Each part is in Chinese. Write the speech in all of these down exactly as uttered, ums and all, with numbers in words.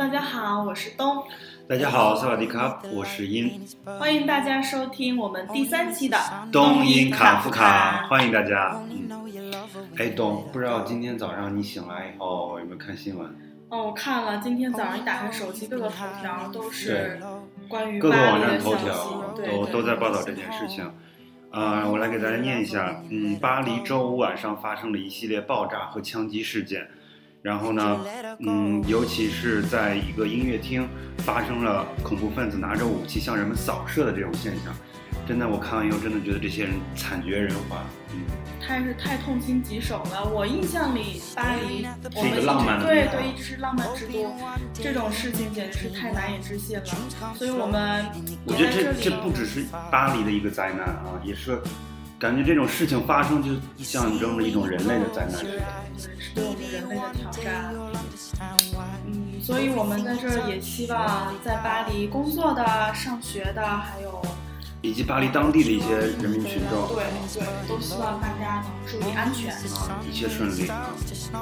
大家好，我是东。 大家好，萨瓦迪卡，我是殷。 欢迎大家收听我们第三期的东殷卡夫卡，欢迎大家。嗯，哎，东，不知道今天早上你醒来以后有没有看新闻？ 哦，我看了，今天早上一打开手机，各个头条都是关于各个网站巴黎的消息， 头条对都对都在报道这件事情。呃，我来给大家念一下。嗯，巴黎周五晚上发生了一系列爆炸和枪击事件。然后呢，嗯，尤其是在一个音乐厅发生了恐怖分子拿着武器向人们扫射的这种现象，真的，我看完以后真的觉得这些人惨绝人寰。嗯， 太是太痛心疾首了。我印象里，巴黎我们是一个浪漫的对地方对一直是浪漫之都，这种事情简直是太难以置信了。所以我们我觉得这也在里这不只是巴黎的一个灾难啊，也是感觉这种事情发生就象征着一种人类的灾难。 是是对我们人类的挑战。嗯，所以我们在这儿也希望在巴黎工作的、上学的，还有以及巴黎当地的一些人民群众， 对对，都希望大家能注意安全。 啊，一切顺利啊。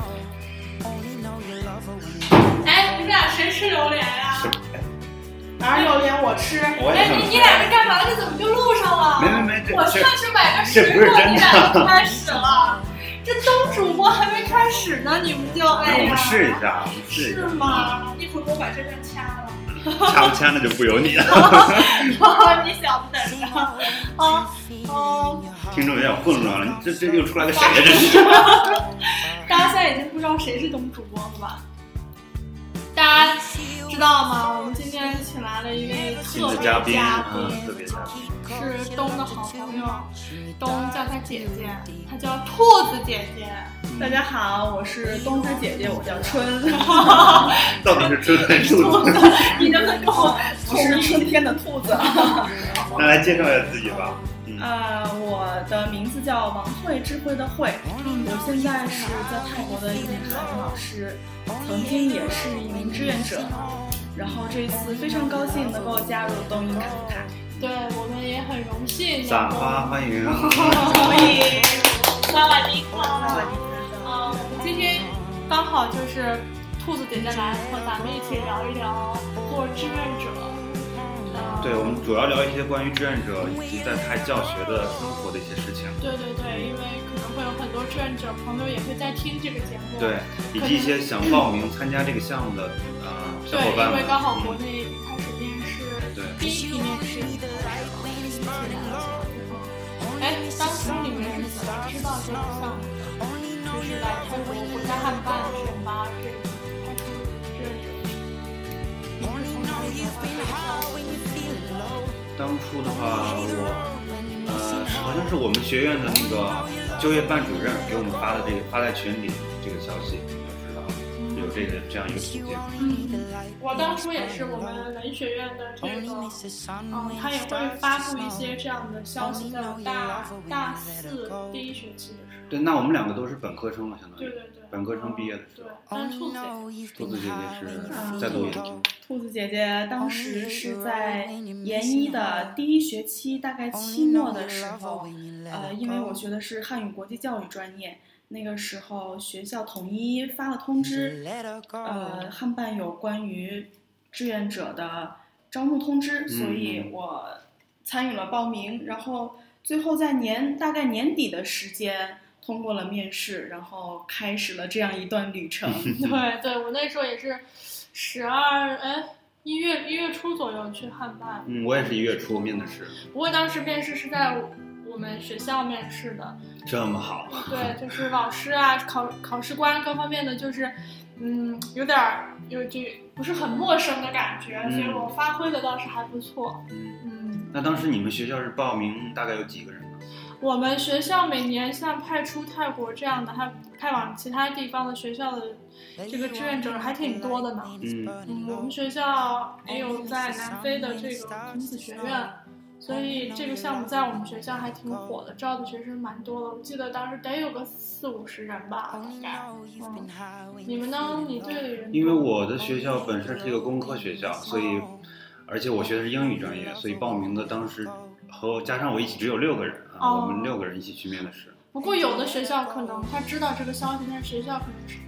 哎，你们俩谁吃榴莲呀、 什么？ 哪有榴莲我吃？ 哎， 我也想你你俩是干嘛？这怎么就录上了？ 没没没，这我这上去买个这石头， 不是真的你俩就开始了。这东主播还没开始呢，你们就哎呀， 让我们试一下，我们试一是下， 吗？一会儿给我把这段掐了。 掐不掐那就不由你了。 你小子等着啊！哦， 听众有点混乱了，这这又出来个谁呀？这是？ 大家现在已经不知道谁是东主播了吧？大家知道吗？我们今天请来了一位新特别的嘉宾， 嘉嗯， 宾， 特别嘉宾。 是东的好朋友，东叫她姐姐，她叫兔子姐姐。 大家好，我是东她姐姐，我叫春。 到底是春还是兔子？ 你能不能跟我不是春天的兔子？ 那来介绍一下自己吧。嗯， 啊、我的名字叫王慧，智慧的慧。我现在是在泰国的一名韩语老师，曾经也是一名志愿者。然后这次非常高兴能够加入东音卡夫卡。 对我们也很荣幸。 撒花欢迎。 所以， 萨瓦迪卡。啊，我们今天刚好就是兔子姐姐来和咱们一起聊一聊做志愿者。 对，我们主要聊一些关于志愿者以及在泰教学的生活的一些事情。 对对对，因为可能会有很多志愿者朋友也会在听这个节目。 对，以及一些想报名参加这个项目的呃小对， 伙伴们。 因为刚好国内开始面试， 对第一批面试已经开始了，一起来了。哎，当时你们是怎么知道这个项目的？就是来泰国国家汉办选拔这个派出志愿者。你是从哪里得到这个项目？ 当初的话，我呃好像是我们学院的那个就业办主任给我们发的这个发在群里这个消息，就知道有这个这样一个途径。 嗯，我当初也是我们文学院的这个，嗯，他也会发布一些这样的消息，在我大大四第一学期的时候。 对，那我们两个都是本科生了，相当于对对对， 本科生毕业的时对候。， 但是兔子姐姐兔子姐姐是在读研究。 兔子姐姐当时是在研一的第一学期，大概期末的时候，呃，因为我学的是汉语国际教育专业，那个时候学校统一发了通知，呃，汉办有关于志愿者的招募通知，所以我参与了报名，然后最后在年大概年底的时间通过了面试，然后开始了这样一段旅程。 对对，我那时候也是十二哎一月一月初左右去汉办， 嗯，我也是一月初面的试。 不过当时面试是在我们学校面试的。 这么好。 对，就是老师啊，考考试官各方面的，就是，嗯，有点儿有这不是很陌生的感觉， 嗯所以我发挥的倒是还不错。 嗯， 嗯， 那当时你们学校是报名大概有几个人呢？ 我们学校每年像派出泰国这样的，还派往其他地方的学校的这个志愿者还挺多的呢。 嗯， 嗯，我们学校也有在南非的这个孔子学院。所以这个项目在我们学校还挺火的，招的学生蛮多的。我记得当时得有个四五十人吧，大概。嗯，你们呢？你队的人？ 因为我的学校本身是一个工科学校，所以而且我学的是英语专业，所以报名的当时和加上我一起只有六个人啊， 哦、 我们六个人一起去面的试。 不过有的学校可能他知道这个消息，但是学校可能是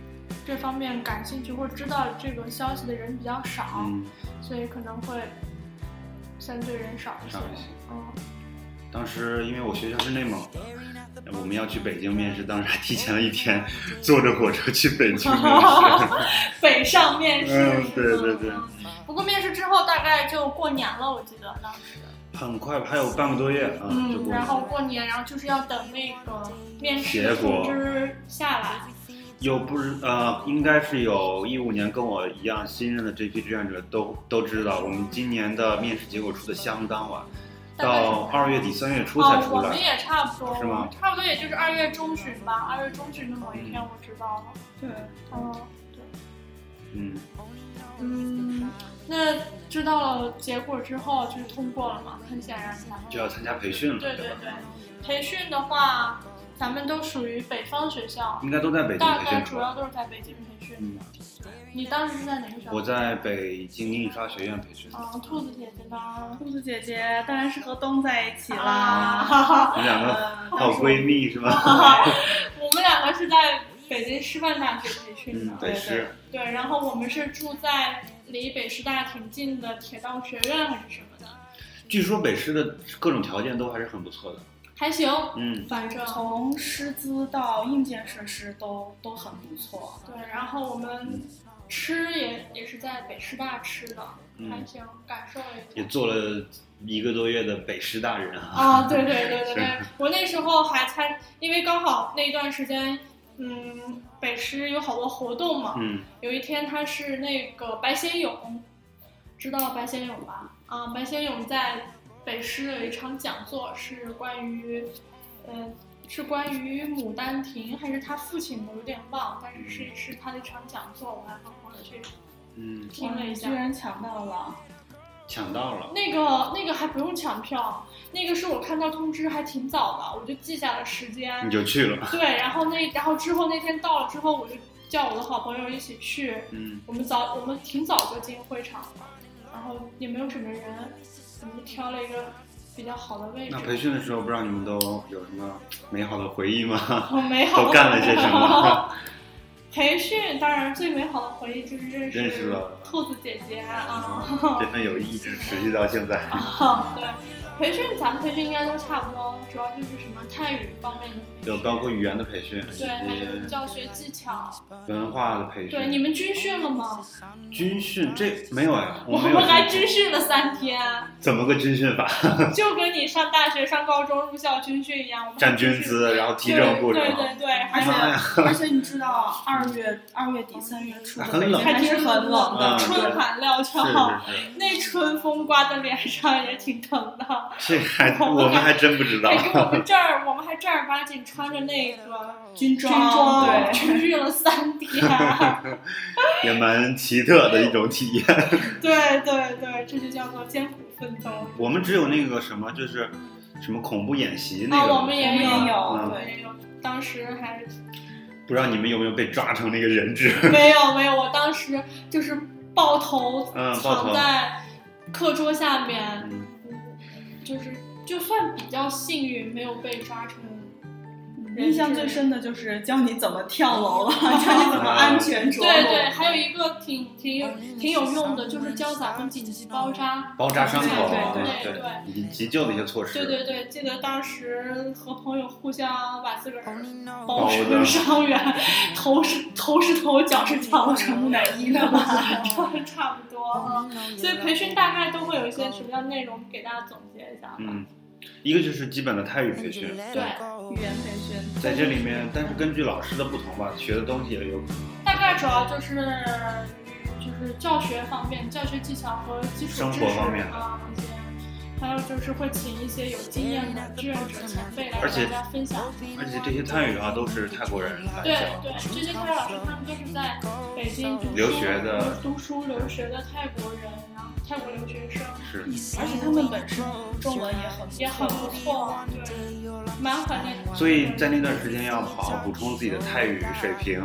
这方面感兴趣或者知道这个消息的人比较少， 嗯， 所以可能会相对人少一些。 少一些。 嗯。 当时因为我学校是内蒙的，我们要去北京面试，当时还提前了一天坐着火车去北京面试。 北上面试。 嗯，对对对。 不过面试之后大概就过年了，我记得当时。 很快，还有半个多月啊。 嗯， 就过然后过年，然后就是要等那个面试通知下来。 有不是呃，应该是有一五年跟我一样新任的这批志愿者都都知道，我们今年的面试结果出的相当晚，到二月底三月初才出来。 哦，我们也差不多。 是吗？ 差不多也就是二月中旬吧，二月中旬的某一天我知道了。 对， 哦，对。 嗯。 嗯，那知道了结果之后就是通过了嘛？很显然咱们就要参加培训了。 对对对，培训的话，咱们都属于北方学校， 应该都在北京培训。 大概主要都是在北京培训。嗯，你当时是在哪个学校？ 我在北京印刷学院培训。 嗯，兔子姐姐呢？ 兔子姐姐当然是和东在一起啦。 啊、 我们两个好闺蜜是吗？ 我们两个是在北京师范大学培训的。 嗯，北师。 对，然后我们是住在离北师大挺近的铁道学院还是什么的。 据说北师的各种条件都还是很不错的。 还行， 嗯， 反正从师资到硬件设施都都很不错。 对，然后我们吃也也是在北师大吃的， 嗯、 还行，感受了一下。 也做了一个多月的北师大人啊。 啊，对对对对对，我那时候还参，因为刚好那段时间，嗯，北师有好多活动嘛。 嗯。有一天他是那个白先勇，知道白先勇吧？啊，白先勇在北师有一场讲座，是关于，呃，是关于《牡丹亭》还是他父亲的，有点忘，但是是是他的一场讲座，我还好好的去， 嗯， 听了一下， 居然抢到了， 抢到了。 那个那个还不用抢票，那个是我看到通知还挺早的，我就记下了时间， 你就去了。 对，然后那然后之后那天到了之后，我就叫我的好朋友一起去， 嗯， 我们早我们挺早就进会场了，然后也没有什么人。我们挑了一个比较好的位置。 那培训的时候，不知道你们都有什么美好的回忆吗？ 我美好的都干了些什么？ 培训当然最美好的回忆就是认识认识了兔子姐姐啊， 这份友谊一直持续到现在。 啊，对。培训咱们培训应该都差不多，主要就是什么泰语方面的培训， 有包括语言的培训， 对，还有教学技巧、 文化的培训。 对，你们军训了吗？ 军训这没有呀， 我们还军训了三天。 怎么个军训法？ 就跟你上大学、上高中入校军训一样，我们站军姿，然后提正步骤。 对对对， 而且而且你知道，二月二月底三月初很冷， 还是很冷的， 嗯、 春寒料峭，那春风刮在脸上也挺疼的。 这还我们还真不知道。 还给我们这儿，我们还正儿八经穿着那个军装， 军装对， 军训了三天， 也蛮奇特的一种体验。 对对对，这就叫做艰苦奋斗。 我们只有那个什么，就是什么恐怖演习那个， 啊、我们也有， 有， 对， 有。当时还不知道你们有没有被抓成那个人质？ 没有没有，我当时就是抱头嗯， 藏在课桌下面。 嗯就是就算比较幸运，没有被抓成。 印象最深的就是教你怎么跳楼了，教你怎么安全着陆。 对对，还有一个挺挺有挺有用的，就是教咱们紧急包扎。 包扎伤口， 对对对对， 以及急救的一些措施。 对对对，记得当时和朋友互相把自个儿包成伤员，头是头是头，脚是脚， 成木乃伊了吧？ 差不多啊。所以培训大概都会有一些什么样的内容，给大家总结一下吧。 嗯。一个就是基本的泰语培训， 对， 语言培训， 在这里面，但是根据老师的不同吧，学的东西也有。 大概主要就是就是教学方面、教学技巧和基础知识生活方面啊那些，还有就是会请一些有经验的志愿者前辈来给大家分享。 而且这些泰语的话都是泰国人来教。 对对，这些泰语老师他们都是在北京读留学的、 读书留学的泰国人。泰国留学生是， 而且他们本身中文也很也很不错，对，蛮怀念。 所以在那段时间要好好补充自己的泰语水平，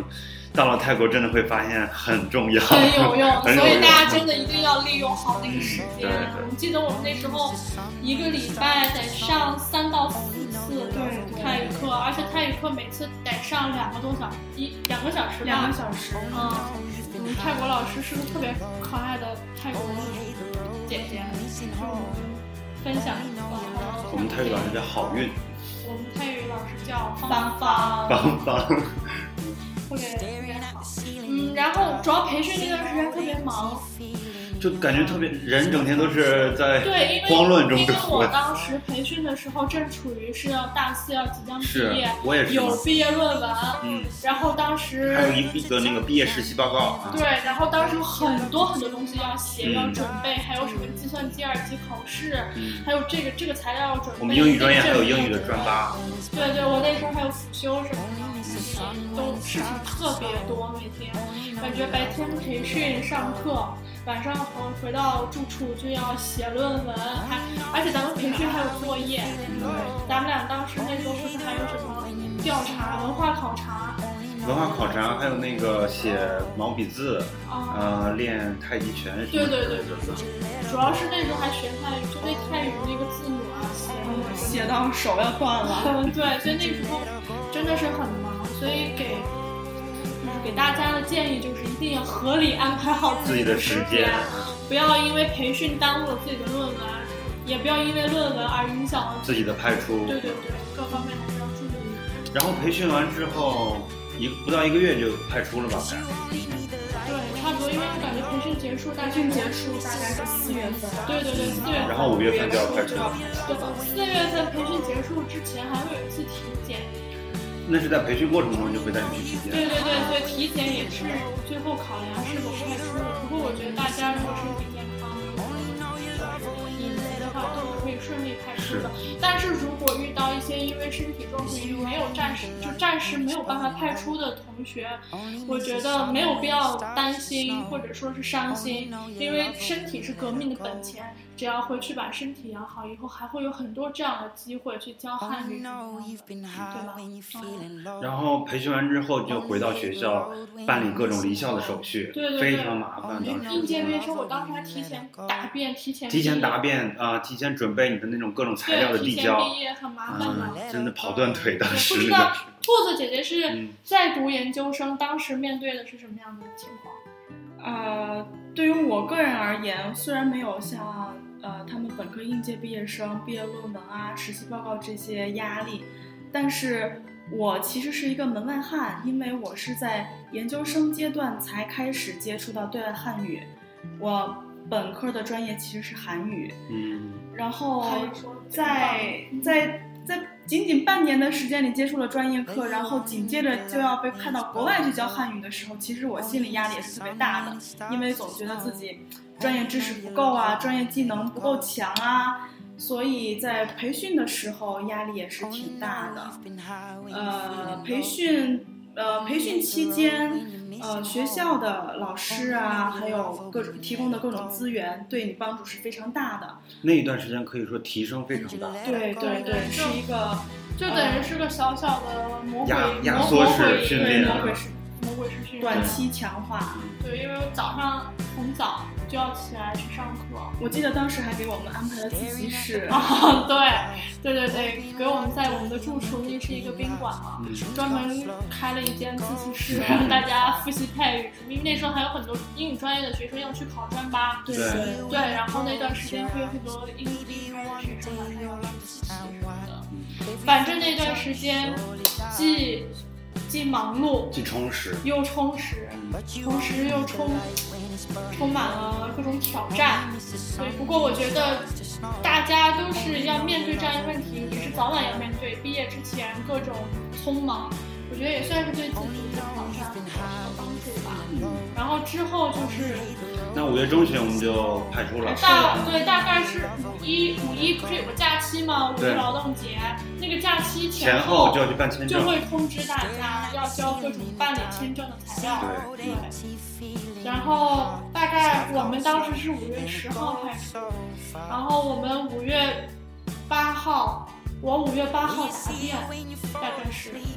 到了泰国真的会发现很重要， 很有用， 很有用所以大家真的一定要利用好那个时间。 对对我记得我们那时候一个礼拜得上三到四次泰语课，而且泰语课每次得上两个多小时，一两个小时吧。 两个小时。 嗯，我们泰国老师是个特别可爱的泰国姐姐，然后分享一个。 我们泰语老师叫好运， 我们泰语老师叫芳芳芳芳， 特别特别好。嗯，然后主要培训那段时间特别忙。 就感觉特别人整天都是在对，因为慌乱中因为度过。 我当时培训的时候正处于是要大四要即将毕是业， 我也是有毕业论文， 嗯， 然后当时还有一一个那个毕业实习报告啊， 对，然后当时有很多很多东西要写， 嗯要准备，还有什么计算机二级考试， 嗯， 还有这个这个材料要准备。 我们英语专业还有英语的专八， 对对，我那时候还有辅修什么的，都事情特别多，每天感觉白天培训上课，晚上回回到住处就要写论文，还而且咱们培训还有作业。对，咱们俩当时那时候不是还有什么调查、文化考察。 文化考察，还有那个写毛笔字， 啊、 呃，练太极拳什么的。 对对对对对，主要是那时候还学泰语，就对泰语那个字母啊写写到手要断了。 嗯，对，所以那时候真的是很忙，所以给就是给大家的建议就是一定要合理安排好自己的时间， 不要因为培训耽误了自己的论文，也不要因为论文而影响了自己的派出。 对对对，各方面还是要注意。 然后培训完之后，一不到一个月就派出了吧？ 对，差不多，因为我感觉培训结束，大概培训结束大概是四月份。 对对对，四月份。 然后五月份就要派出。 对吧？四月份培训结束之前还会有一次体检。 那是在培训过程中就会带你去体检。 对对对，所以体检也是最后考量是否派出的。不过我觉得大家如果身体健康，饮食的话都是可以顺利派出的。但是如果遇到一些因为身体状况没有暂时就暂时没有办法派出的同学，我觉得没有必要担心或者说是伤心，因为身体是革命的本钱。只要回去把身体养好，以后还会有很多这样的机会去教汉语，对吧？ 嗯、然后培训完之后就回到学校办理各种离校的手续， 对对对， 非常麻烦。当时应届毕业生，我当时还提前答辩，提前提前答辩啊、呃，提前准备你的那种各种材料的递交， 提前毕业很麻烦的、 嗯，真的跑断腿。当时不知道兔子姐姐是在读研究生，嗯、当时面对的是什么样的情况？ 呃，对于我个人而言，虽然没有像呃他们本科应届毕业生毕业论文啊、实习报告这些压力，但是我其实是一个门外汉，因为我是在研究生阶段才开始接触到对外汉语。我本科的专业其实是韩语， 嗯， 然后在在在仅仅半年的时间里接触了专业课，然后紧接着就要被派到国外去教汉语的时候，其实我心理压力也是特别大的，因为总觉得自己专业知识不够啊，专业技能不够强啊，所以在培训的时候压力也是挺大的。呃，培训呃培训期间，呃学校的老师啊，还有各种提供的各种资源，对你帮助是非常大的。 那一段时间可以说提升非常大。 对对对，是一个就等于是个小小的魔鬼压缩式训练， 魔鬼式魔鬼式训练， 短期强化。 对，因为我早上很早就要起来去上课。 我记得当时还给我们安排了自习室。 啊，对，对对对，给我们在我们的住处，那是一个宾馆嘛，嗯、专门开了一间自习室，让大家复习泰语。因为那时候还有很多英语专业的学生要去考专八， 对对对，然后那段时间会有很多英语专业的学生晚上要去自习什么的。反正那段时间既既忙碌， 既充实， 又充实，同时又充充满了各种挑战。对，不过我觉得大家都是要面对这样一个问题，也是早晚要面对。毕业之前各种匆忙，我觉得也算是对自己的挑战和帮助吧。然后之后就是， 那五月中旬我们就派出了。 大对，大概是五一五一不是有个假期吗？五一劳动节那个假期前后就要去办签证， 就会通知大家要交各种办理签证的材料。 对。 对然后大概我们当时是五月十号开始，然后我们五月八号，我五月八号答辩，大概是。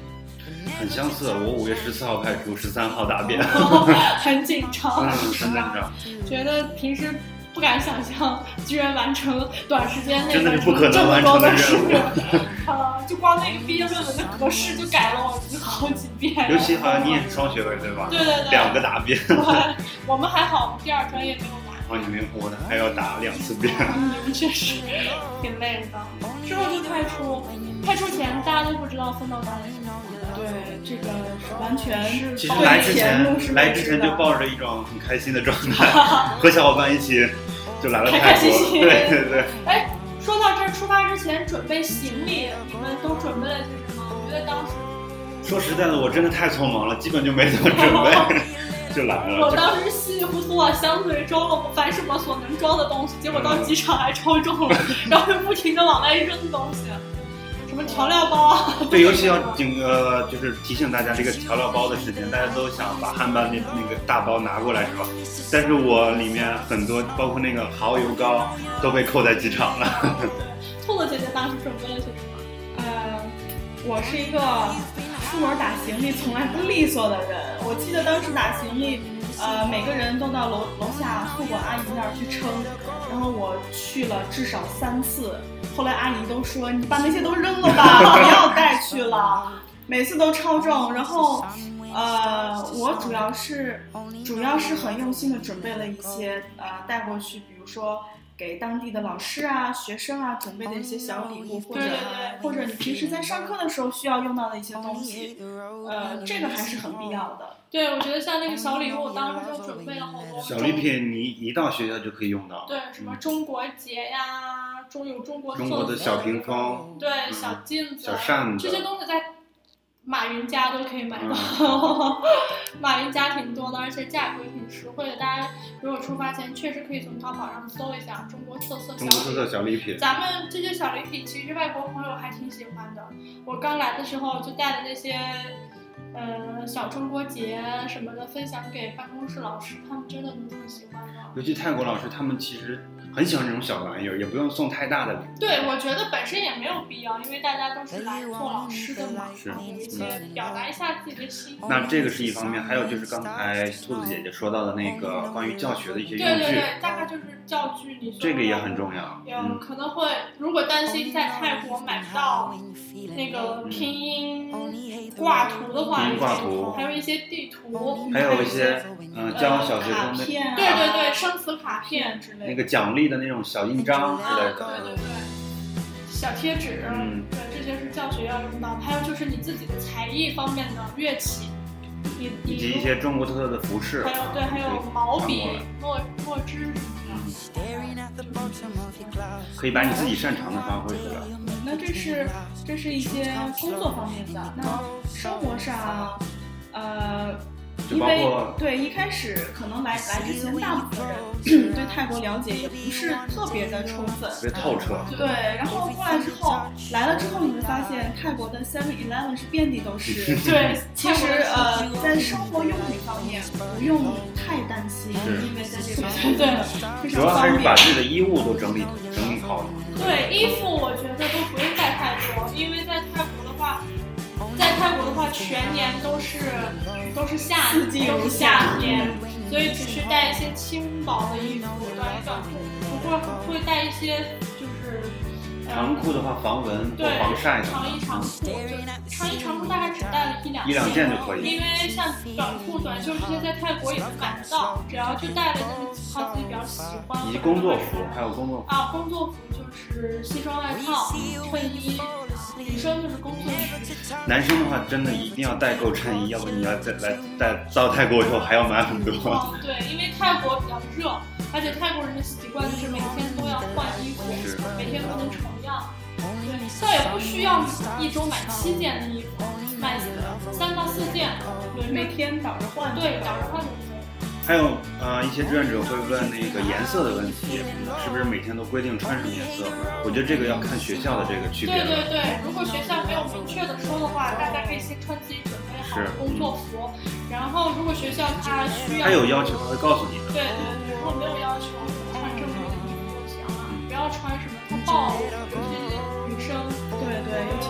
很相似，我五月十四号派出，十三号答辩， 很紧张， 嗯，很紧张， 觉得平时不敢想象，居然完成短时间内真的是不可能完成的任务。 呃，就光那个毕业论文的格式就改了我好几遍。 尤其好像你也是双学位对吧？ 对对对， 两个答辩。 对，我们还好，第二专业没有答。 哦，你们我的还要答两次辩。 嗯，你们确实挺累的。之后就派出，派出前大家都不知道分到哪里。 对，这个是完全是。 其实来之前，来之前就抱着一种很开心的状态，和小伙伴一起就来了泰国。 开开心心。 对对对。 哎，说到这儿，出发之前准备行李，你们都准备了些什么？我觉得当时。 说实在的，我真的太匆忙了，基本就没怎么准备。就来了。 我当时稀里糊涂往箱子里装了凡什么所能装的东西，结果到机场还超重了，然后就不停的往外扔东西，什么调料包啊。 对，尤其要警呃，就是提醒大家这个调料包的事情，大家都想把汉堡那那个大包拿过来是吧？但是我里面很多，包括那个蚝油膏都被扣在机场了。 兔子姐姐当时准备了些什么？ 呃，我是一个出门打行李从来不利索的人。我记得当时打行李，呃，每个人都到楼楼下宿管阿姨那儿去称，然后我去了至少三次。后来阿姨都说：“你把那些都扔了吧，不要带去了。”每次都超重。然后，呃，我主要是主要是很用心的准备了一些呃带过去，比如说。给当地的老师啊、学生啊准备的一些小礼物，或者或者你平时在上课的时候需要用到的一些东西，呃，这个还是很必要的。 对，我觉得像那个小礼物，我当时就准备了好多。 小礼品你一到学校就可以用到。 对，什么中国结呀，中有中国中国的小屏风， 对，嗯、小镜子、 小扇子， 这些东西在马云家都可以买到。嗯、马云家挺多的，而且价格也挺实惠的。大家如果出发前确实可以从淘宝上搜一下中国特色小礼品。 中国特色小礼品， 咱们这些小礼品其实外国朋友还挺喜欢的。我刚来的时候就带了那些。呃，小中国结什么的分享给办公室老师，他们真的都挺喜欢的。 尤其泰国老师，他们其实很喜欢这种小玩意儿，也不用送太大的礼物。 对，我觉得本身也没有必要，因为大家都是来做老师的嘛， 是有一些表达一下自己的心意。 那这个是一方面，还有就是刚才兔子姐姐说到的那个关于教学的一些用具， 对对对，大概就是教具，你说这个也很重要。 嗯，可能会如果担心在泰国买不到那个拼音挂图的话。 挂图， 还有一些地图， 还有一些嗯、呃、教小学生的， 对对对，生词卡片之类的， 那个奖励的那种小印章之类的， 对对对，小贴纸，嗯，对，这些是教学要用到的。还有就是你自己的才艺方面的乐器，以以及一些中国特色的服饰， 还有对，还有毛笔、墨墨汁什么的， 可以把你自己擅长的发挥出来。 那这是这是一些工作方面的，那生活上，呃，因为对一开始可能来来之前，大部分人对泰国了解也不是特别的充分， 特别透彻。 对，然后过来之后，来了之后，你会发现泰国的 seven eleven 是遍地都是。 对， 其实呃，在生活用品方面不用太担心，因为在这边对， 主要还是把自己的衣物都整理整理好。 对，衣服我觉得都不用带太多，因为在泰国的话，在泰国的话全年都是都是夏季，都是夏天，所以只是带一些轻薄的衣服，短衣短裤，不过会带一些就是。 长裤的话，防蚊或防晒的。 长衣长裤，就长衣长裤大概只带了一两一两件就可以。 因为像短裤、短袖这些在泰国也能买得到，只要就带了那么几套自己比较喜欢。 以及工作服，还有工作服啊，工作服就是西装外套、衬衣，女生就是工作服。 男生的话，真的一定要带够衬衣，要不你要再来带到泰国以后还要买很多。 哦，对，因为泰国比较热，而且泰国人的习惯就是每天都要换衣服，每天不能重样。对，倒也不需要一周买七件的衣服，买三到四件， 每天倒着换。 对，倒着换就可以。 还有呃，一些志愿者会问那个颜色的问题，是不是每天都规定穿什么颜色？我觉得这个要看学校的这个区别。 对对对，如果学校没有明确的说的话，大家可以先穿自己准备好的工作服，然后如果学校它需要， 它有要求，它会告诉你的。 对对对，如果没有要求，穿正规的衣服就行了，不要穿什么太暴露，尤其女生。 对对，尤其女生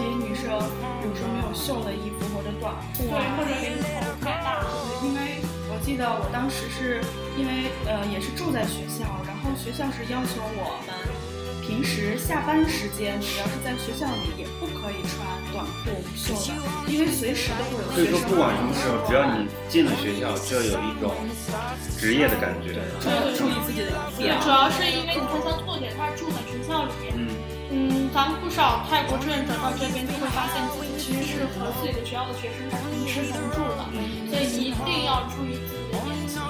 着比如说没有袖的衣服或者短裤啊， 对，或者领口太大。 对，因为我记得我当时是因为呃也是住在学校，然后学校是要求我们平时下班时间，你要是在学校里也不可以穿短裤无袖的，因为随时都会有学生。 所以说不管什么时候，只要你进了学校，就有一种职业的感觉。 对，就要注意自己的仪表。 主要是因为你看像拓姐她住在学校里面，嗯嗯，咱们不少泰国志愿者到这边就会发现自己其实是和自己的学校的学生是同吃同住的，所以一定要注意自己的言行。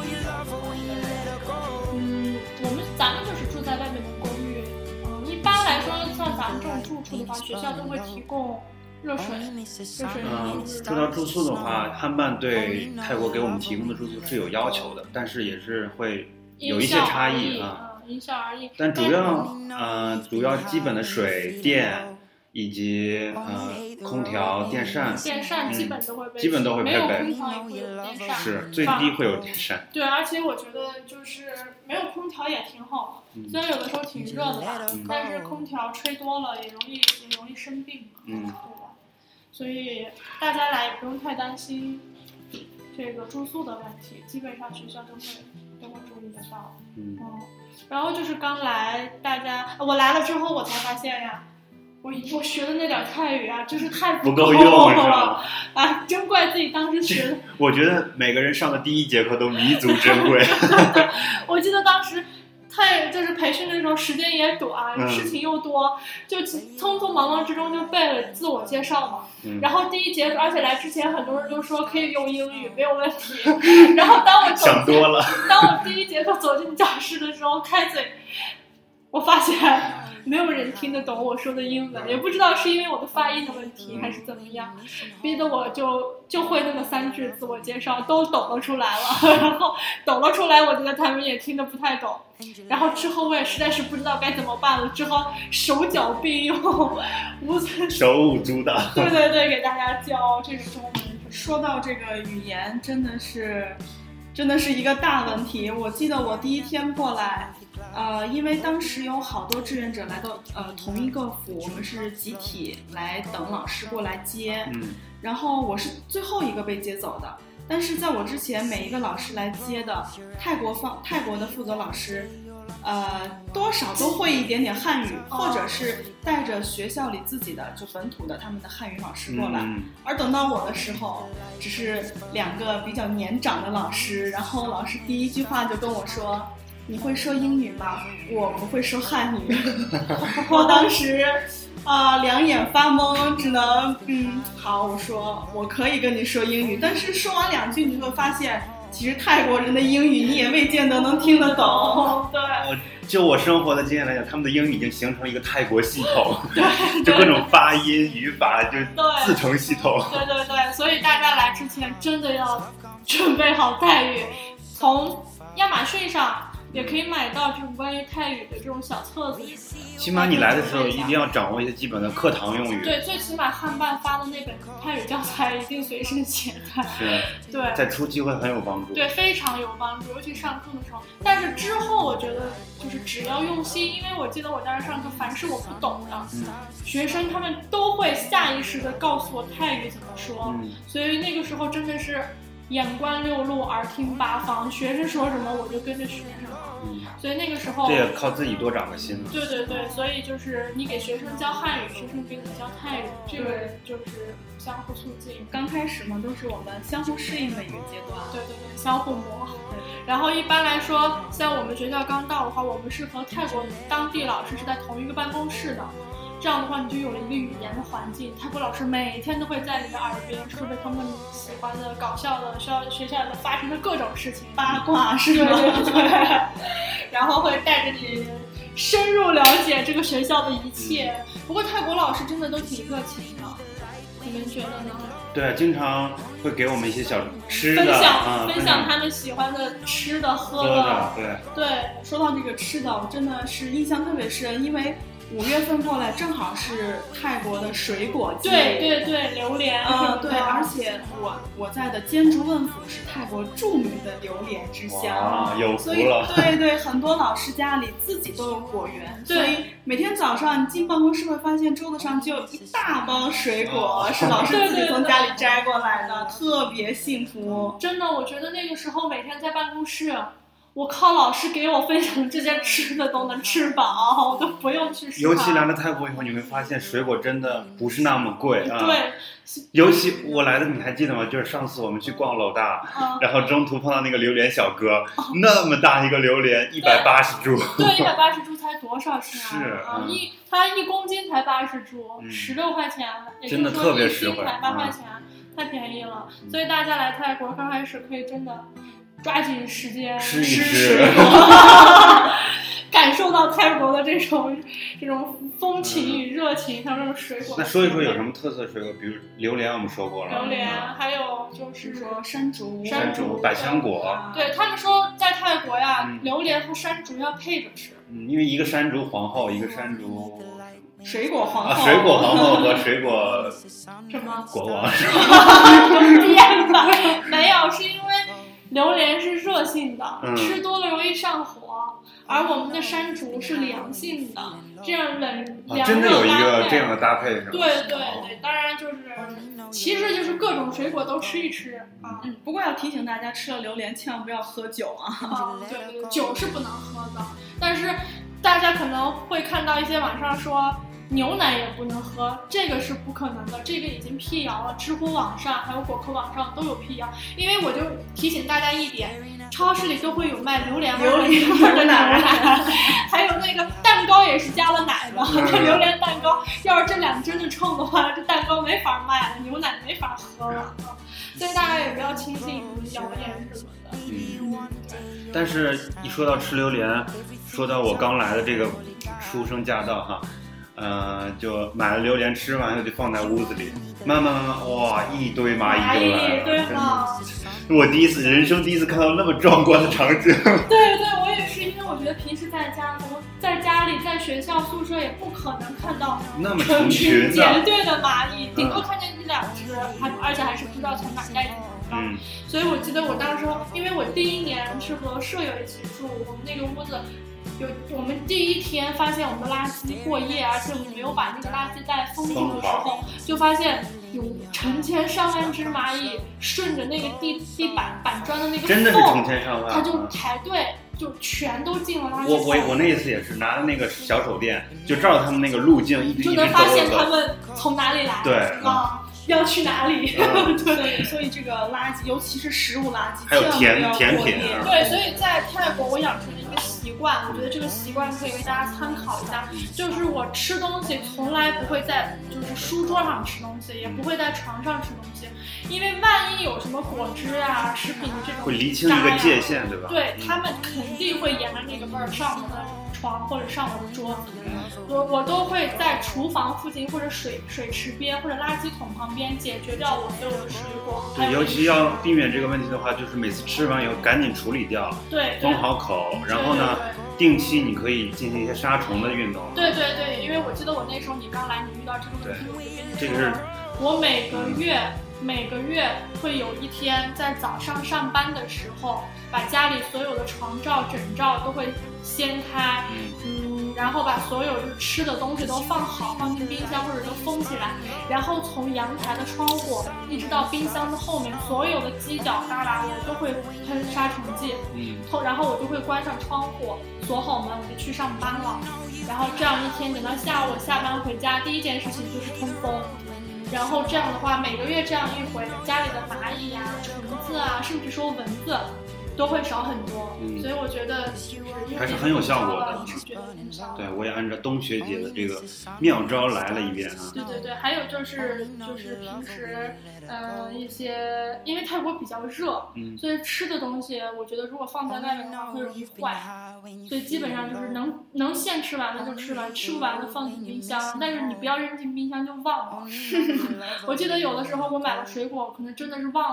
嗯，我们咱们就是住在外面的公寓，嗯，一般来说像咱们这种住处的话，学校都会提供热水，热水。 嗯，说到住宿的话，汉办对泰国给我们提供的住宿是有要求的，但是也是会有一些差异啊。 因小而异， 但主要呃主要基本的水电以及呃空调电扇电扇基本都会被、 嗯、基本都会配备， 没有空调也会有电扇， 是最低会有电扇。 对，而且我觉得就是没有空调也挺好的，虽然有的时候挺热的吧、嗯、但是空调吹多了也容易也容易生病嘛， 嗯，对吧？所以大家来也不用太担心这个住宿的问题，基本上学校都会都会注意得到。 嗯， 嗯，然后就是刚来，大家我来了之后，我才发现呀，我我学的那点泰语啊，真是太不够用了啊！真怪自己当时学的。 我觉得每个人上的第一节课都弥足珍贵。 我记得当时。太就是培训的时候时间也短、嗯、事情又多，就匆匆忙忙之中就背了自我介绍嘛、嗯、然后第一节而且来之前很多人都说可以用英语没有问题，然后当我想多了当我第一节课走进教室的时候开嘴，我发现没有人听得懂我说的英文，也不知道是因为我的发音的问题还是怎么样，逼得我就就会那么三句自我介绍都抖了出来了，然后抖了出来，我觉得他们也听得不太懂，然后之后我也实在是不知道该怎么办了，之后手脚并用，无手舞足蹈， 对对对，给大家教这个中文。 说到这个语言，真的是真的是一个大问题。我记得我第一天过来，呃，因为当时有好多志愿者来到呃同一个府，我们是集体来等老师过来接， 嗯， 然后我是最后一个被接走的。但是在我之前，每一个老师来接的泰国方泰国的负责老师，呃，多少都会一点点汉语，或者是带着学校里自己的就本土的他们的汉语老师过来。 嗯、 而等到我的时候，只是两个比较年长的老师，然后老师第一句话就跟我说：“你会说英语吗？”我不会说汉语。我当时。啊、呃，两眼发懵，只能嗯，好，我说我可以跟你说英语，但是说完两句，你会发现，其实泰国人的英语你也未见得能听得懂。对， 我就我生活的经验来讲，他们的英语已经形成了一个泰国系统， 对， 就各种发音、语法就自成系统。 对对对，所以大家来之前真的要准备好泰语，从亚马逊上。也可以买到这种关于泰语的这种小册子， 起码你来的时候一定要掌握一些基本的课堂用语。 对，最起码汉办发的那本泰语教材一定随身携带。 是， 对， 在初期会很有帮助。 对，非常有帮助，尤其上课的时候。但是之后我觉得就是只要用心，因为我记得我当时上课，凡是我不懂的，嗯、学生他们都会下意识的告诉我泰语怎么说， 嗯、 所以那个时候真的是。眼观六路，耳听八方，学生说什么我就跟着学什么。嗯，所以那个时候这也靠自己多长个心。 对对对，所以就是你给学生教汉语，学生给你教泰语，这个就是相互促进。 刚开始嘛，都是我们相互适应的一个阶段。 对对对，相互磨。对。然后一般来说，像我们学校刚到的话，我们是和泰国当地老师是在同一个办公室的。这样的话，你就有了一个语言的环境。泰国老师每天都会在你的耳边说着他们喜欢的、搞笑的、学校学校的发生的各种事情， 八卦是吧？对对对。然后会带着你深入了解这个学校的一切。不过泰国老师真的都挺热情的，你们觉得呢？ 对，经常会给我们一些小吃的， 分享、 啊、 分享他们喜欢的吃的、喝的。对对， 说到这个吃的，我真的是印象特别深，因为。 五月份过来正好是泰国的水果季， 对对对，榴莲啊、呃，对，而且我我在的坚竹问府是泰国著名的榴莲之乡， 有福所以了。 对对，很多老师家里自己都有果园，所以每天早上你进办公室会发现桌子上就有一大包水果，是老师自己从家里摘过来的，特别幸福。 真的，我觉得那个时候每天在办公室。我靠，老师给我分享这些吃的都能吃饱，我都不用去食堂。 尤其来了泰国以后，你会发现水果真的不是那么贵啊。 对， 尤其我来的你还记得吗？就是上次我们去逛楼大， 嗯、 然后中途碰到那个榴莲小哥，哦、那么大一个榴莲，一百八十铢。 对，一百八十铢才多少钱啊？ 是啊，嗯、一它一公斤才八十铢，十六、嗯、块钱， 真的特别实惠， 一斤才八块钱，嗯、太便宜了。所以大家来泰国刚开始可以真的。抓紧时间吃一吃， 感受到泰国的这种这种风情与热情，像这种水果。 那说一说有什么特色水果？比如榴莲，我们说过了。 榴莲，还有就是说山竹、 山竹、百香果。 对他们说，在泰国呀，嗯、榴莲和山竹要配着吃。 嗯，因为一个山竹皇后，一个山竹。 水果皇后、 啊，水果皇后和水果什么国王？ 编吧，没有，是因为。榴莲是热性的， 嗯、 吃多了容易上火，而我们的山竹是凉性的，这样冷凉热搭配、 啊、真的有一个这样的搭配是吧？ 对对对，当然就是，其实就是各种水果都吃一吃啊。 嗯，不过要提醒大家，吃了榴莲千万不要喝酒啊。 啊，对对对，酒是不能喝的，但是大家可能会看到一些网上说。牛奶也不能喝，这个是不可能的，这个已经辟谣了。知乎网上还有果壳网上都有辟谣，因为我就提醒大家一点，超市里都会有卖榴莲味的牛奶，还有那个蛋糕也是加了奶的，榴莲蛋糕。要是这两真的冲的话，这蛋糕没法卖了，牛奶没法喝了。所以大家也不要轻信谣言什么的。 嗯，但是一说到吃榴莲，说到我刚来的这个书生驾到哈。呃，就买了榴莲，吃完就放在屋子里，慢慢慢慢，哇，一堆蚂蚁就来了， 对吗？ 我第一次，人生第一次看到那么壮观的场景。 对对，我也是，因为我觉得平时在家，可能在家里、在学校、宿舍也不可能看到那么成群结队的蚂蚁， 嗯、 顶多看见一两只，还而且还是不知道从哪带进来的。 嗯， 所以我记得我当时，因为我第一年是和舍友一起住，我们那个屋子。有我们第一天发现我们的垃圾过夜，而且我们没有把那个垃圾袋封住的时候，就发现有成千上万只蚂蚁顺着那个地地板板砖的那个缝， 真的是成千上万， 它就排队，就全都进了垃圾我我我那一次也是拿着那个小手电，就照着他们那个路径一直一直走， 就能发现他们从哪里来， 对啊。要去哪里？ 嗯、 对，所以这个垃圾，尤其是食物垃圾， 还有甜甜品。 对，所以在泰国我养成了一个习惯，我觉得这个习惯可以为大家参考一下，就是我吃东西从来不会在就是书桌上吃东西，也不会在床上吃东西，因为万一有什么果汁啊、食品的这种会厘清一个界限，对吧？ 对，他们肯定会沿着那个味儿上我的床或者上我的桌子，我我都会在厨房附近或者水水池边或者垃圾桶旁边解决掉我所有的水果。 对，尤其要避免这个问题的话，就是每次吃完以后赶紧处理掉， 对， 封好口，然后呢，定期你可以进行一些杀虫的运动。 对对对，因为我记得我那时候你刚来，你遇到这个问题，我就跟你说， 这个是我每个月。每个月会有一天在早上上班的时候，把家里所有的床罩、枕罩都会掀开，嗯，然后把所有就是吃的东西都放好，放进冰箱或者都封起来，然后从阳台的窗户一直到冰箱的后面，所有的犄角旮旯我都会喷杀虫剂， 嗯， 然后我就会关上窗户，锁好门，我就去上班了。然后这样一天等到下午下班回家，第一件事情就是通风。然后这样的话，每个月这样一回，家里的蚂蚁啊、虫子啊，甚至说蚊子，都会少很多。嗯、所以我觉得还是很有效果的。对，我也按照冬学姐的这个妙招来了一遍啊。 对对对，还有就是就是平时呃一些，因为泰国比较热， 嗯， 所以吃的东西，我觉得如果放在外面的话会容易坏，所以基本上就是能能现吃完的就吃完，吃不完的放进冰箱，但是你不要扔进冰箱就忘了。我记得有的时候我买了水果，可能真的是忘了。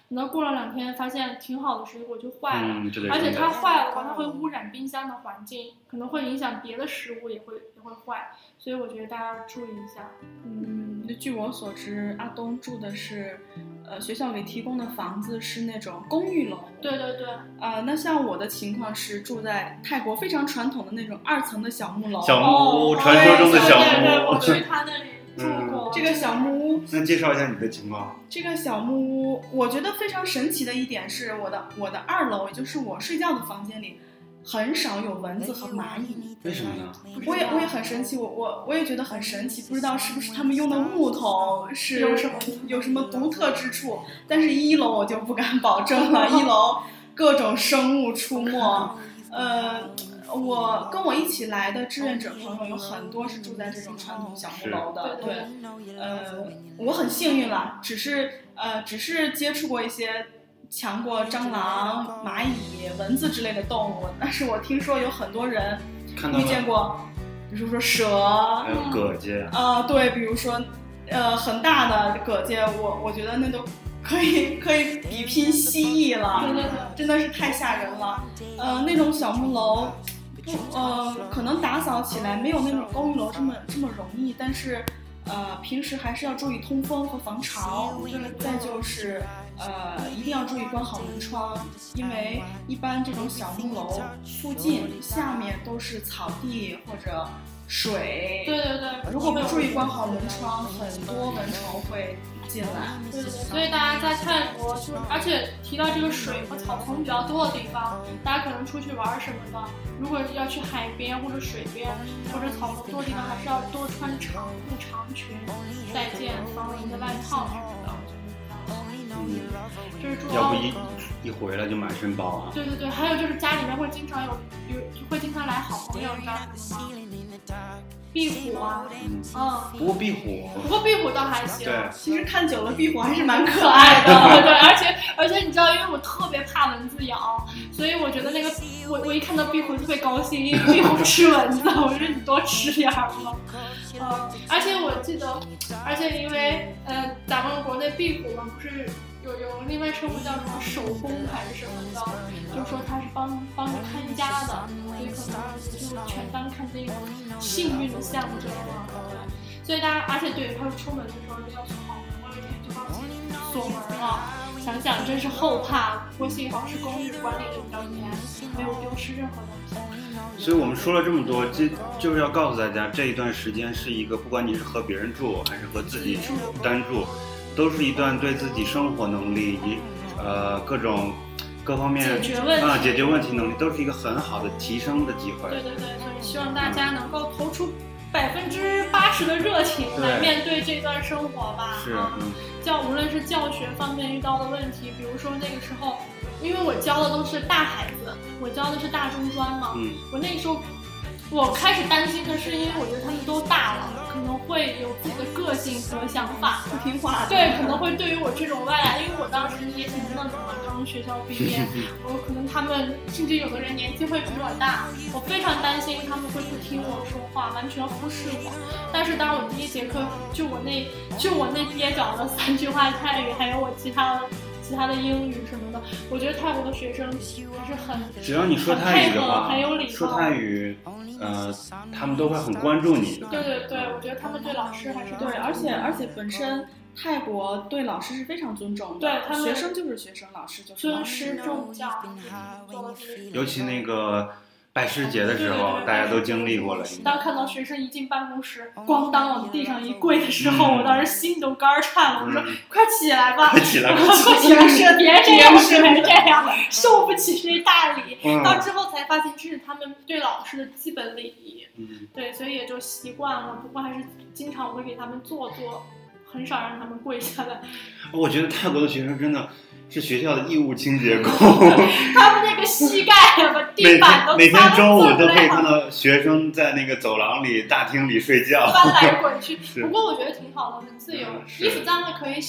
可能过了两天发现挺好的水果就坏了， 嗯、 而且它坏了的话，它会污染冰箱的环境，可能会影响别的食物也会也会坏，所以我觉得大家要注意一下。 嗯，据我所知，阿东住的是，呃，学校给提供的房子是那种公寓楼。 对对对。 呃，那像我的情况是住在泰国非常传统的那种二层的小木楼。 小木屋， 哦、 传说中的小木屋。 对对对，我去他那里住过。 嗯、这个小木屋， 那介绍一下你的情况。 这个小木屋，我觉得非常神奇的一点是，我的我的二楼，也就是我睡觉的房间里，很少有蚊子和蚂蚁。 为什么呢？ 我也我也很神奇，我我我也觉得很神奇，不知道是不是他们用的木头是有什么有什么独特之处。但是一楼我就不敢保证了，一楼各种生物出没。呃，我跟我一起来的志愿者朋友有很多是住在这种传统小木楼的，对，呃，我很幸运了，只是呃只是接触过一些强过蟑螂、蚂蚁、蚊子之类的动物，但是我听说有很多人遇见过，比如说蛇， 还有蛤蚧， 呃，对，比如说呃很大的蛤蚧，我我觉得那都可以可以比拼蜥蜴了， 对对对， 真的是太吓人了。呃，那种小木楼，不呃，可能打扫起来没有那种公寓楼这么这么容易，但是呃，平时还是要注意通风和防潮。再就是呃，一定要注意关好门窗，因为一般这种小木楼附近下面都是草地或者水。 对对对， 如果不注意关好门窗，很多蚊虫会进来。 对对对，所以大家在泰国就，而且提到这个水和草丛比较多的地方，大家可能出去玩什么的，如果要去海边或者水边或者草丛多的地方，还是要多穿长裤长裙，带件防蚊的外套什么的。 嗯， 就是主要要不一一回来就满身包啊。 对对对，还有就是家里面会经常有有会经常来好朋友，你知道什么吗？壁虎啊， 嗯， 嗯， 不过壁虎， 不过壁虎倒还行。 对， 其实看久了壁虎还是蛮可可爱的。 爱的，对，而且而且你知道，因为我特别怕蚊子咬，所以我觉得那个我我一看到壁虎特别高兴，因为壁虎吃蚊子，我说你多吃点儿吧。嗯，而且我记得，而且因为呃，咱们国内壁虎嘛，不是有有另外称呼叫什么守宫还是什么的，就是说它是帮帮着看家的，所以可能就全当看这个幸运的象征了，对。所以大家，而且对，他出门的时候要锁好门，我有一天就忘记锁门了，想想真是后怕。不过幸好是公寓，管理的比较严，没有丢失任何东西。 所以我们说了这么多，这就是要告诉大家，这一段时间是一个，不管你是和别人住还是和自己单住，都是一段对自己生活能力以及呃各种各方面解决问题啊解决问题能力，都是一个很好的提升的机会。 对对对，所以希望大家能够投出百分之八十的热情来面对这段生活吧。 是，嗯， 教无论是教学方面遇到的问题，比如说那个时候，因为我教的都是大孩子，我教的是大中专嘛， 嗯， 我那个时候我开始担心的是，因为我觉得他们都大了，可能会有自己的个性和想法， 不听话。 对，可能会对于我这种外来，因为我当时也挺嫩的嘛，刚学校毕业，我可能他们甚至有的人年纪会比我大，我非常担心他们会不听我说话，完全忽视我。但是当我第一节课就我那就我那蹩脚的三句话泰语，还有我其他的其他的英语什么的，我觉得泰国的学生还是很只要你说泰语的话， 很有礼貌， 说泰语，呃，他们都会很关注你的。 对对对，我觉得他们对老师还是对，而且而且本身泰国对老师是非常尊重的， 对他们学生就是学生，老师就是老尊师， 师重教，做的是。 尤其那个拜师节的时候， 对对对， 大家都经历过了。 当看到学生一进办公室，咣当往地上一跪的时候，嗯、我当时心都肝颤了。我说：“ 嗯、 快起来吧， 快起来， 快起来，别这样，别这样，受不起这大礼。嗯”到之后才发现，这是他们对老师的基本礼仪。 嗯， 对，所以也就习惯了。不过还是经常我会给他们做做，很少让他们跪下来。 我觉得泰国的学生真的是学校的义务清洁工， 他们那个膝盖把地板都每天中午都可以看到学生在那个走廊里、大厅里睡觉， 翻来滚去。不过我觉得挺好的，很自由，衣服脏了可以洗，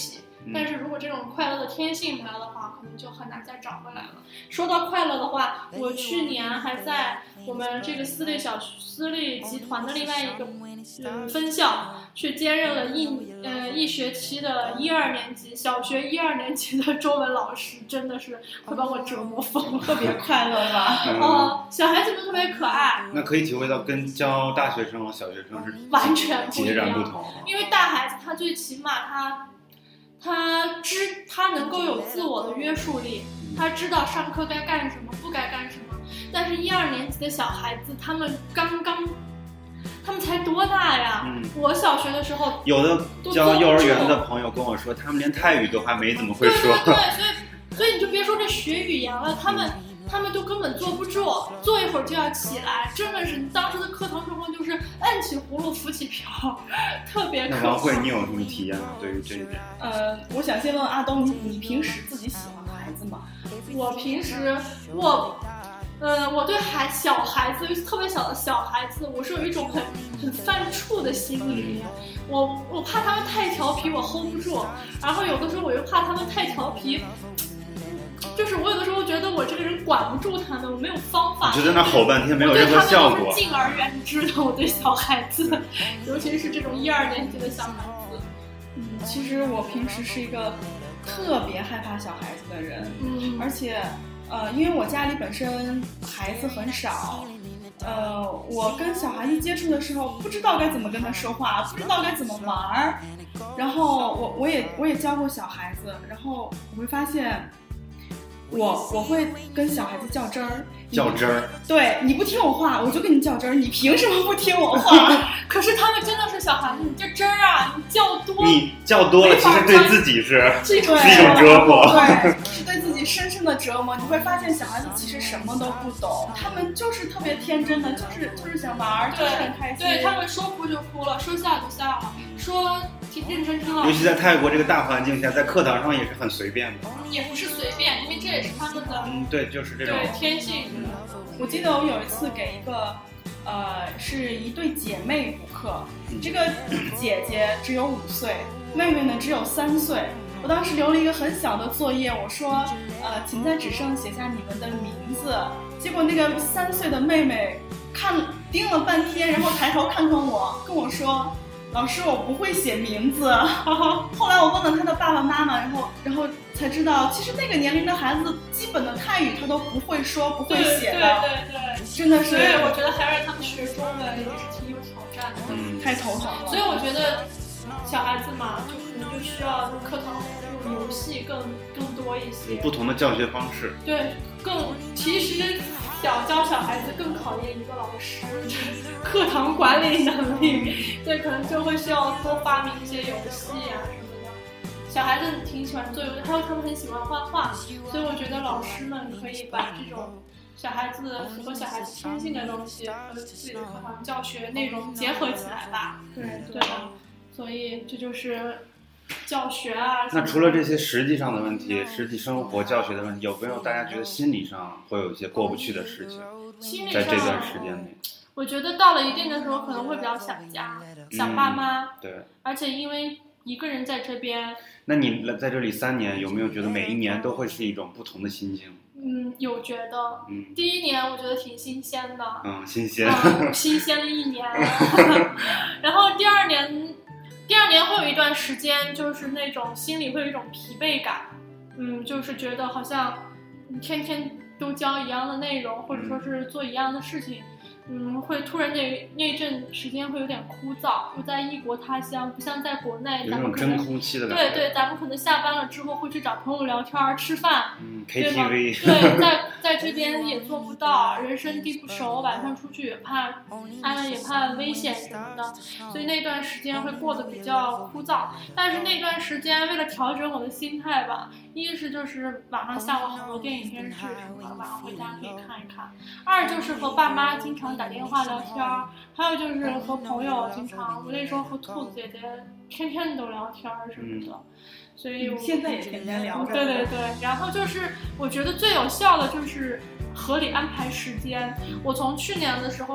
嗯、但是如果这种快乐的天性没了的话，可能就很难再找回来了。说到快乐的话，我去年还在我们这个私立小私立集团的另外一个、呃、分校去兼任了一呃一学期的一二年级小学一二年级的中文老师，真的是会把我折磨疯了， 特别快乐吧？ 哦、呃，小孩子们特别可爱。 那可以体会到跟教大学生和小学生是完全截然不同。 因为大孩子他最起码他他知他能够有自我的约束力，他知道上课该干什么不该干什么。但是一二年级的小孩子，他们刚刚他们才多大呀、嗯、我小学的时候有的教幼儿园的朋友跟我说，他们连泰语都还没怎么会说。 对对对，所以所以你就别说这学语言了，他们他们都根本坐不住，坐一会儿就要起来，真的是当时的课堂生活就是按起葫芦浮起瓢，特别可怕。 那王慧，你有什么体验吗？对于这一点？ 呃，我想先问阿东，你你平时自己喜欢孩子吗？ 我平时我。呃，我对孩小孩子，特别小的小孩子，我是有一种很很犯怵的心理。我我怕他们太调皮，我 hold 不住。然后有的时候我又怕他们太调皮，就是我有的时候觉得我这个人管不住他们，我没有方法。 就在那吼半天没有任何效果。 我对他们都是敬而远之的。我对小孩子，尤其是这种一二年级的小孩子。 嗯，其实我平时是一个特别害怕小孩子的人， 嗯， 而且。呃，因为我家里本身孩子很少，呃，我跟小孩子接触的时候，不知道该怎么跟他说话，不知道该怎么玩，然后我我也我也教过小孩子，然后我会发现，我我会跟小孩子较真儿， 较真儿， 对，你不听我话，我就跟你较真儿，你凭什么不听我话？ 可是他们真的是小孩子，你这真儿啊，你较多， 你较多了，其实对自己是是一种折磨， 对，是对自己深深的折磨。你会发现小孩子其实什么都不懂，他们就是特别天真的，就是就是想玩，就是很开心。 对，他们说哭就哭了，说笑就笑了，说认真听了。 尤其在泰国这个大环境下，在课堂上也是很随便的。 也不是随便，因为这也是他们的， 嗯，对，就是这种对天性。 嗯，我记得我有一次给一个。呃，是一对姐妹补课，这个姐姐只有五岁，妹妹呢只有三岁。我当时留了一个很小的作业，我说，呃，请在纸上写下你们的名字。结果那个三岁的妹妹看盯了半天，然后抬头看看我，跟我说：“老师，我不会写名字。”后来我问了她的爸爸妈妈，然后然后才知道，其实那个年龄的孩子基本的泰语他都不会说，不会写的。 对对对对， 真的是。 所以我觉得还让他们学中文也是挺有挑战的， 嗯，太头疼了。 所以我觉得小孩子嘛，就可能就需要课堂这种游戏更更多一些， 不同的教学方式。 对，更其实小教小孩子更考验一个老师课堂管理能力，对，可能就会需要多发明一些游戏啊什么的。小孩子挺喜欢做游戏，还有他们很喜欢画画，所以我觉得老师们可以把这种小孩子符合小孩子天性的东西和自己的课堂教学内容结合起来吧。 对对，所以这就是教学啊。 那除了这些实际上的问题，实际生活教学的问题，有没有大家觉得心理上会有一些过不去的事情？ 心理在这段时间内， 我觉得到了一定的时候可能会比较想家，想爸妈。 嗯、对， 而且因为一个人在这边。 那你在这里三年，有没有觉得每一年都会是一种不同的心情？ 嗯，有觉得。嗯，第一年我觉得挺新鲜的。 嗯，新鲜。 嗯、新鲜了一年。然后第二年，第二年会有一段时间，就是那种心里会有一种疲惫感。嗯，就是觉得好像天天都教一样的内容，或者说是做一样的事情。嗯，会突然那那阵时间会有点枯燥，又在异国他乡，不像在国内， 有一种真空期的感觉。对对，咱们可能下班了之后会去找朋友聊天、吃饭， 嗯 ，K T V。 对，在在这边也做不到，人生地不熟，晚上出去也怕安，也怕危险什么的，所以那段时间会过得比较枯燥。但是那段时间为了调整我的心态吧，一是就是网上下过好多电影电视剧什么的，晚上回家可以看一看；二就是和爸妈经常打电话聊天，还有就是和朋友经常，我那时候和兔子姐姐天天都聊天什么的，嗯、所以我现在也天天聊着。 对对对，然后就是我觉得最有效的就是合理安排时间。我从去年的时候，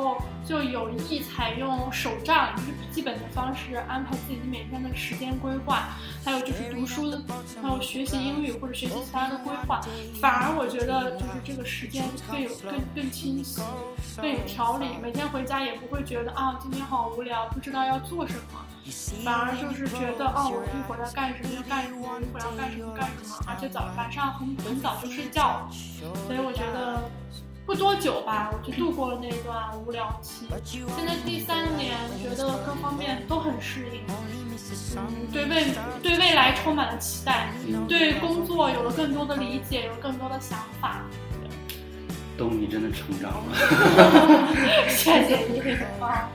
就有意采用手账，就是笔记本的方式安排自己每天的时间规划，还有就是读书的，还有学习英语或者学习其他的规划。反而我觉得就是这个时间更有更更清晰，更有条理，每天回家也不会觉得啊今天好无聊，不知道要做什么。反而就是觉得哦，我一会儿要干什么要干什么，一会儿要干什么干什么，而且早晚上很很早就睡觉，所以我觉得不多久吧，我就度过了那段无聊期。现在第三年，觉得各方面都很适应，嗯，对未对未来充满了期待，对工作有了更多的理解，有了更多的想法。 东尼真的成长了， 谢谢你啊。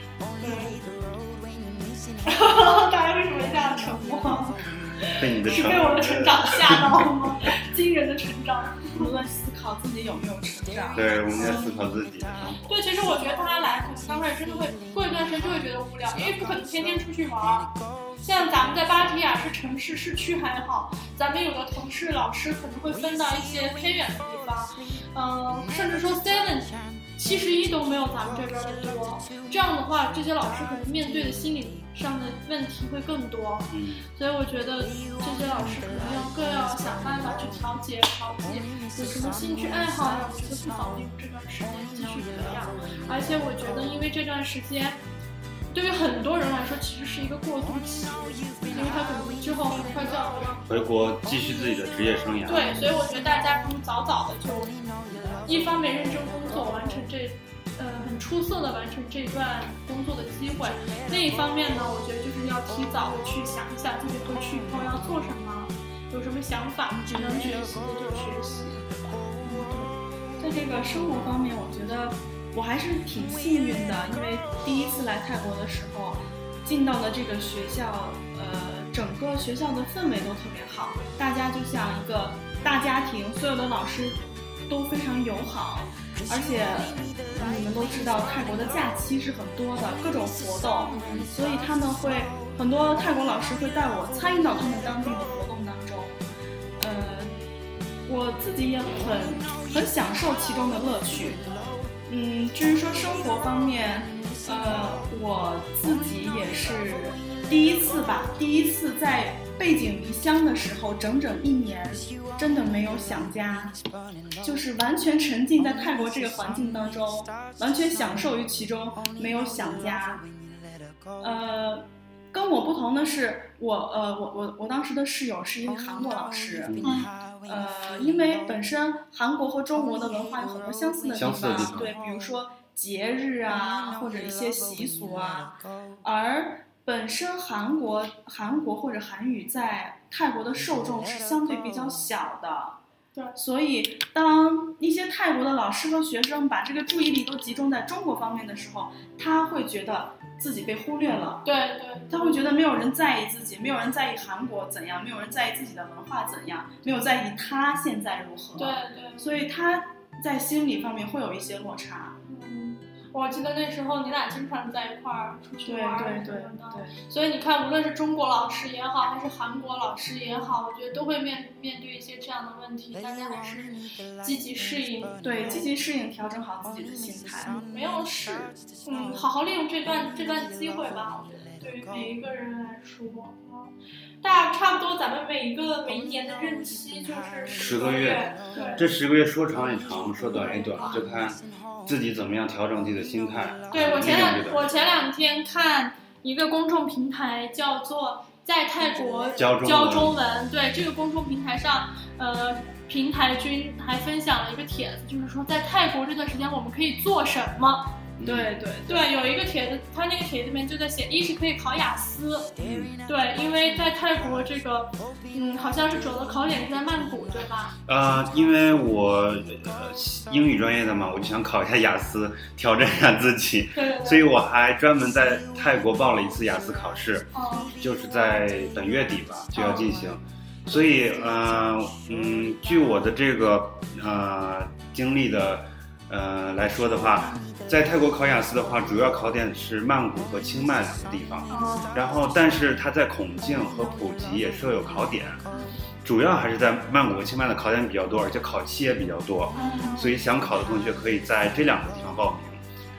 大家为什么这样沉默？ 被你的是被我的成长吓到了吗？惊人的成长， 我们在思考自己有没有成长。 对，我们在思考自己的生活。 对，其实我觉得大家来可能刚开始真的会过一段时间就会觉得无聊，因为不可能天天出去玩。像咱们在芭提雅是城市市区还好，咱们有的同事老师可能会分到一些偏远的地方，嗯、呃，甚至说 seven 七十一都没有咱们这边的多。这样的话，这些老师可能面对的心理上的问题会更多。 嗯， 所以我觉得这些老师可能要更要想办法去调节调节，有什么兴趣爱好呀？我觉得不妨利用这段时间继续培养。而且我觉得，因为这段时间。对于很多人来说，其实是一个过渡期，因为他可能之后很快就要回国继续自己的职业生涯。 对，所以我觉得大家不如早早的就，一方面认真工作，完成这，呃，很出色的完成这段工作的机会；另一方面呢，我觉得就是要提早的去想一想自己回去以后要做什么，有什么想法，能学习的就学习。 在这个生活方面，我觉得。我还是挺幸运的，因为第一次来泰国的时候，进到的这个学校，呃，整个学校的氛围都特别好，大家就像一个大家庭，所有的老师都非常友好，而且、呃、你们都知道泰国的假期是很多的，各种活动，所以他们会很多泰国老师会带我参与到他们当地的活动当中，呃，我自己也很很享受其中的乐趣。嗯，至于说生活方面，呃，我自己也是第一次吧，第一次在背井离乡的时候，整整一年，真的没有想家，就是完全沉浸在泰国这个环境当中，完全享受于其中，没有想家。呃，跟我不同的是，我呃，我我我当时的室友是一位韩国老师。 嗯呃，因为本身韩国和中国的文化有很多相似的地方， 地方对，比如说节日啊，或者一些习俗啊，而本身韩国韩国或者韩语在泰国的受众是相对比较小的。 对， 所以当一些泰国的老师和学生把这个注意力都集中在中国方面的时候，他会觉得自己被忽略了。 对对， 他会觉得没有人在意自己，没有人在意韩国怎样，没有人在意自己的文化怎样，没有在意他现在如何。 对对， 所以他在心理方面会有一些落差。 嗯，我记得那时候你俩经常在一块儿出去玩， 对对对对。 所以你看，无论是中国老师也好，还是韩国老师也好，我觉得都会面面对一些这样的问题，大家还是积极适应， 对，积极适应，调整好自己的心态。 没有事，嗯，好好利用这段这段机会吧。我觉得对于每一个人来说，嗯，大差不多咱们每一个每一年的任期就是十个月， 对， 这十个月说长也长，说短也短，就看自己怎么样调整自己的心态。 对，我前两我前两天看一个公众平台叫做在泰国教中文， 教中文，对，这个公众平台上，呃，平台君还分享了一个帖子，就是说在泰国这段时间我们可以做什么。 对对对, 对，有一个帖子，他那个帖子里面就在写，一是可以考雅思， 嗯， 对，因为在泰国这个，嗯，好像是主要的考点是在曼谷，对吧？ 啊、呃，因为我呃英语专业的嘛，我就想考一下雅思，挑战一下自己， 对, 对, 对， 所以我还专门在泰国报了一次雅思考试， 哦， 就是在本月底吧就要进行，哦，所以呃嗯，据我的这个呃经历的呃来说的话。在泰国考雅思的话，主要考点是曼谷和清迈两个地方，然后但是它在孔敬和普吉也设有考点，主要还是在曼谷和清迈的考点比较多，而且考期也比较多，所以想考的同学可以在这两个地方报名。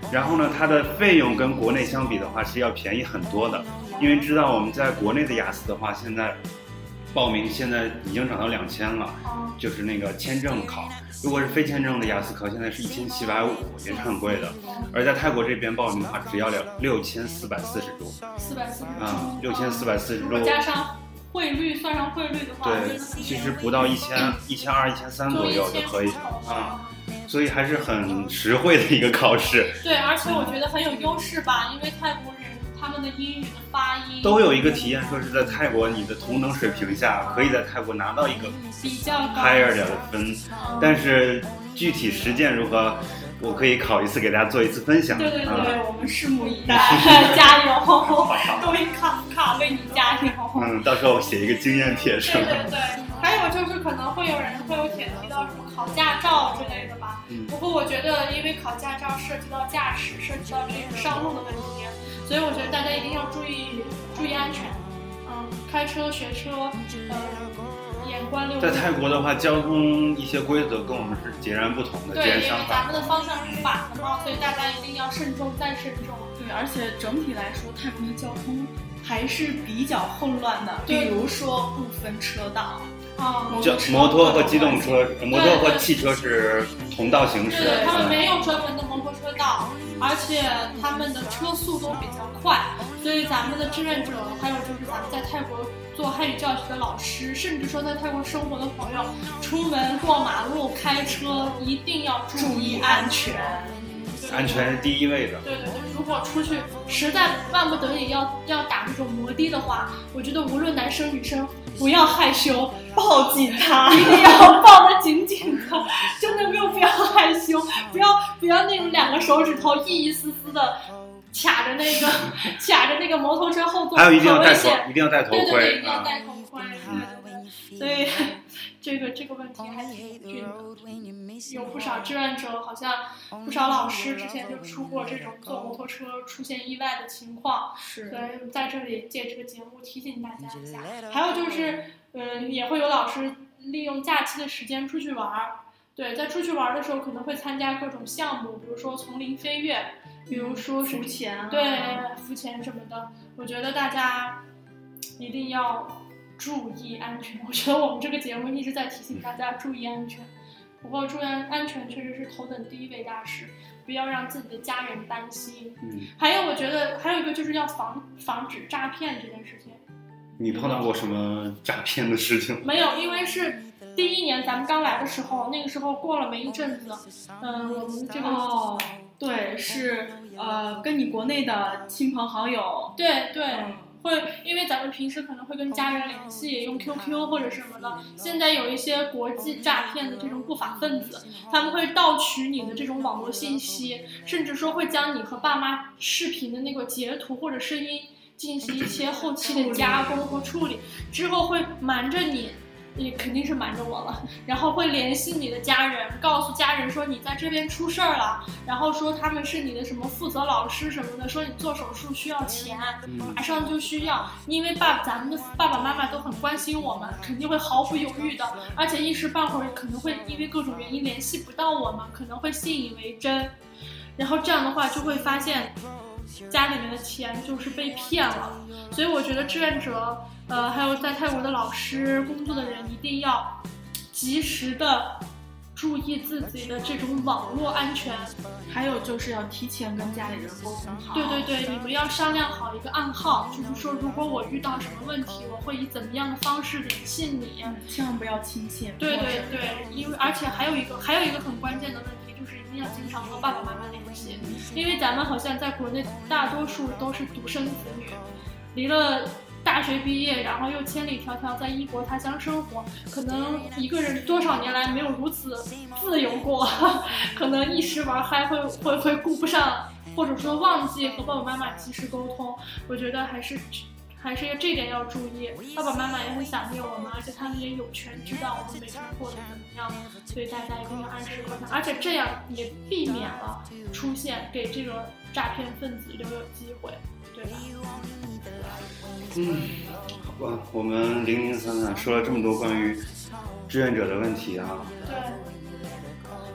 然后呢，它的费用跟国内相比的话是要便宜很多的，因为知道我们在国内的雅思的话，现在报名现在已经涨到两千了，就是那个签证考。如果是非签证的雅思考，现在是一千七百五，也是很贵的。而在泰国这边报名的话，只要两六千四百四十铢。 四百四十啊，六千四百四十铢。 加上汇率，算上汇率的话， 对，其实不到一千一千二、一千三左右就可以啊。所以还是很实惠的一个考试。 对，而且我觉得很有优势吧，因为泰国人他们的英语的发音都有一个体验，说是在泰国你的同等水平下，可以在泰国拿到一个比较 higher 点的分，但是具体实践如何，我可以考一次给大家做一次分享。 对对对， 啊、 我们拭目以待，加油！终于卡卡为你加油。 嗯，到时候写一个经验帖是吧？ 对对对，还有就是可能会有人会有帖提到什么考驾照之类的吧。嗯、不过我觉得，因为考驾照涉及到驾驶，涉及到这个上路的问题，所以我觉得大家一定要注意注意安全。嗯，开车学车，呃。眼观六路。 在泰国的话，交通一些规则跟我们是截然不同的， 对， 截然相反。 因为咱们的方向是反的嘛，所以大家一定要慎重再慎重。 对，而且整体来说，泰国的交通还是比较混乱的，比如说不分车道。 啊， 摩托和机动车，摩托和汽车是同道行驶。 对对，他们没有专门的摩托车道，而且他们的车速都比较快，所以咱们的志愿者，还有就是咱们在泰国做汉语教学的老师，甚至说在泰国生活的朋友，出门过马路、开车一定要注意安全。 安全是第一位的。 对对对，如果出去实在万不得已要要打这种摩的的话，我觉得无论男生女生不要害羞， 抱紧他， 一定要抱得紧紧的，真的没有必要害羞，不要不要那种两个手指头一一丝丝的卡着那个卡着那个摩托车后座， 还有一定要戴头，一定要戴头盔， 对对对，一定要戴头盔。嗯，所以这个这个问题还挺严峻的，有不少志愿者，好像不少老师之前就出过这种坐摩托车出现意外的情况。 是， 所以在这里借这个节目提醒大家一下。还有就是，嗯，也会有老师利用假期的时间出去玩儿。对，在出去玩的时候可能会参加各种项目，比如说丛林飞跃，比如说浮潜啊， 对，浮潜什么的。我觉得大家一定要注意安全。我觉得我们这个节目一直在提醒大家注意安全。不过注意安全确实是头等第一位大事，不要让自己的家人担心。 嗯， 还有我觉得还有一个就是要防防止诈骗这件事情。 你碰到过什么诈骗的事情？ 没有，因为是第一年咱们刚来的时候，那个时候过了没一阵子，嗯，我们这个哦，对，是呃，跟你国内的亲朋好友， 对对。 嗯会，因为咱们平时可能会跟家人联系，用 Q Q 或者什么的。现在有一些国际诈骗的这种不法分子，他们会盗取你的这种网络信息，甚至说会将你和爸妈视频的那个截图或者声音进行一些后期的加工和处理，之后会瞒着你。也肯定是瞒着我了，然后会联系你的家人，告诉家人说你在这边出事儿了，然后说他们是你的什么负责老师什么的，说你做手术需要钱，马上就需要，因为爸咱们的爸爸妈妈都很关心我们，肯定会毫不犹豫的，而且一时半会儿可能会因为各种原因联系不到我们，可能会信以为真，然后这样的话就会发现家里面的钱就是被骗了。所以我觉得志愿者呃，还有在泰国的老师工作的人一定要及时的注意自己的这种网络安全， 还有就是要提前跟家里人沟通好。 对对对，你们要商量好一个暗号，就是说如果我遇到什么问题，我会以怎么样的方式联系你， 嗯，千万不要轻信。 对对对，因为而且还有一个还有一个很关键的问题，就是一定要经常和爸爸妈妈联系，因为咱们好像在国内大多数都是独生子女，离了大学毕业，然后又千里迢迢在异国他乡生活，可能一个人多少年来没有如此自由过，可能一时玩嗨会会会顾不上，或者说忘记和爸爸妈妈及时沟通。我觉得还是还是这点要注意，爸爸妈妈也很想念我们，而且他们也有权知道我们每天过得怎么样，所以大家一定要按时沟通，而且这样也避免了出现给这个诈骗分子留有机会，对吧？ 嗯，好吧，我们零零散散说了这么多关于志愿者的问题啊。 对，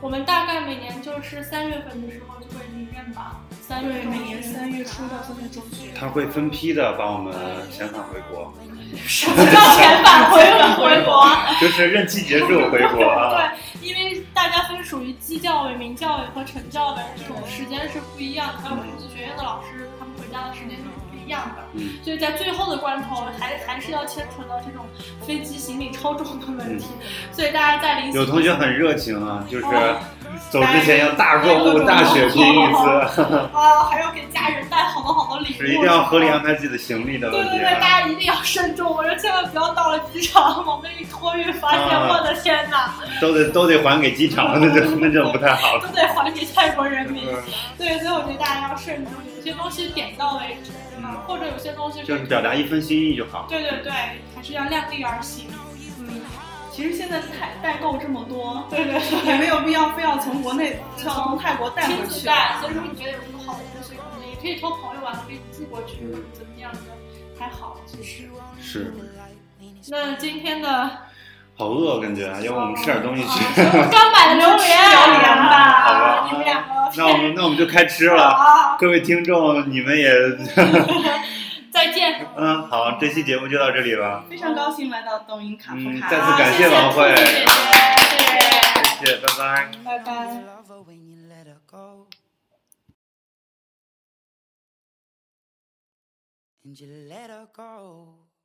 我们大概每年就是三月份的时候就会离任吧，三月每年三月初到三月中旬。 他会分批的把我们遣返回国。 什么叫遣返回回国？ 就是任期结束回国啊。 对，因为大家分属于基教委、民教委和惩教委，这种时间是不一样的。还有孔子学院的老师，他们回家的时间就是不一样的。嗯，所以在最后的关头，还还是要牵扯到这种飞机行李超重的问题。嗯、所以大家在临有同学很热情啊，就是走之前要大购物、大血拼一次。 啊，还要给家人带好多好多礼物。 是一定要合理安排自己的行李的问题、啊。 对对对，大家一定要慎重，我说千万不要到了机场往那一托运，发现、啊、我的天哪， 都得都得还给机场，那就那就不太好了。 都得还给泰国人民。对，所以我觉得大家要慎重，有些东西点到为止，嗯、或者有些东西就是表达一份心意就好。 对对对，还是要量力而行。 嗯，其实现在代代购这么多， 对对对， 也没有必要非要从国内从泰国带回去。 带，所以说你觉得有什么好的东西，可能也可以托朋友啊，可以寄过去，或者怎么样的，还好其实。 是。 那今天的。 好饿，感觉，要不我们吃点东西去。 我刚买的榴莲， 榴莲吧。 好吧， 你们两个。 那我们那我们就开吃了。各位听众，你们也再见。 嗯，好，这期节目就到这里了。 非常高兴来到抖音卡夫卡。 嗯，再次感谢王慧。 谢谢， 谢谢，拜拜。 拜拜。And you let her go.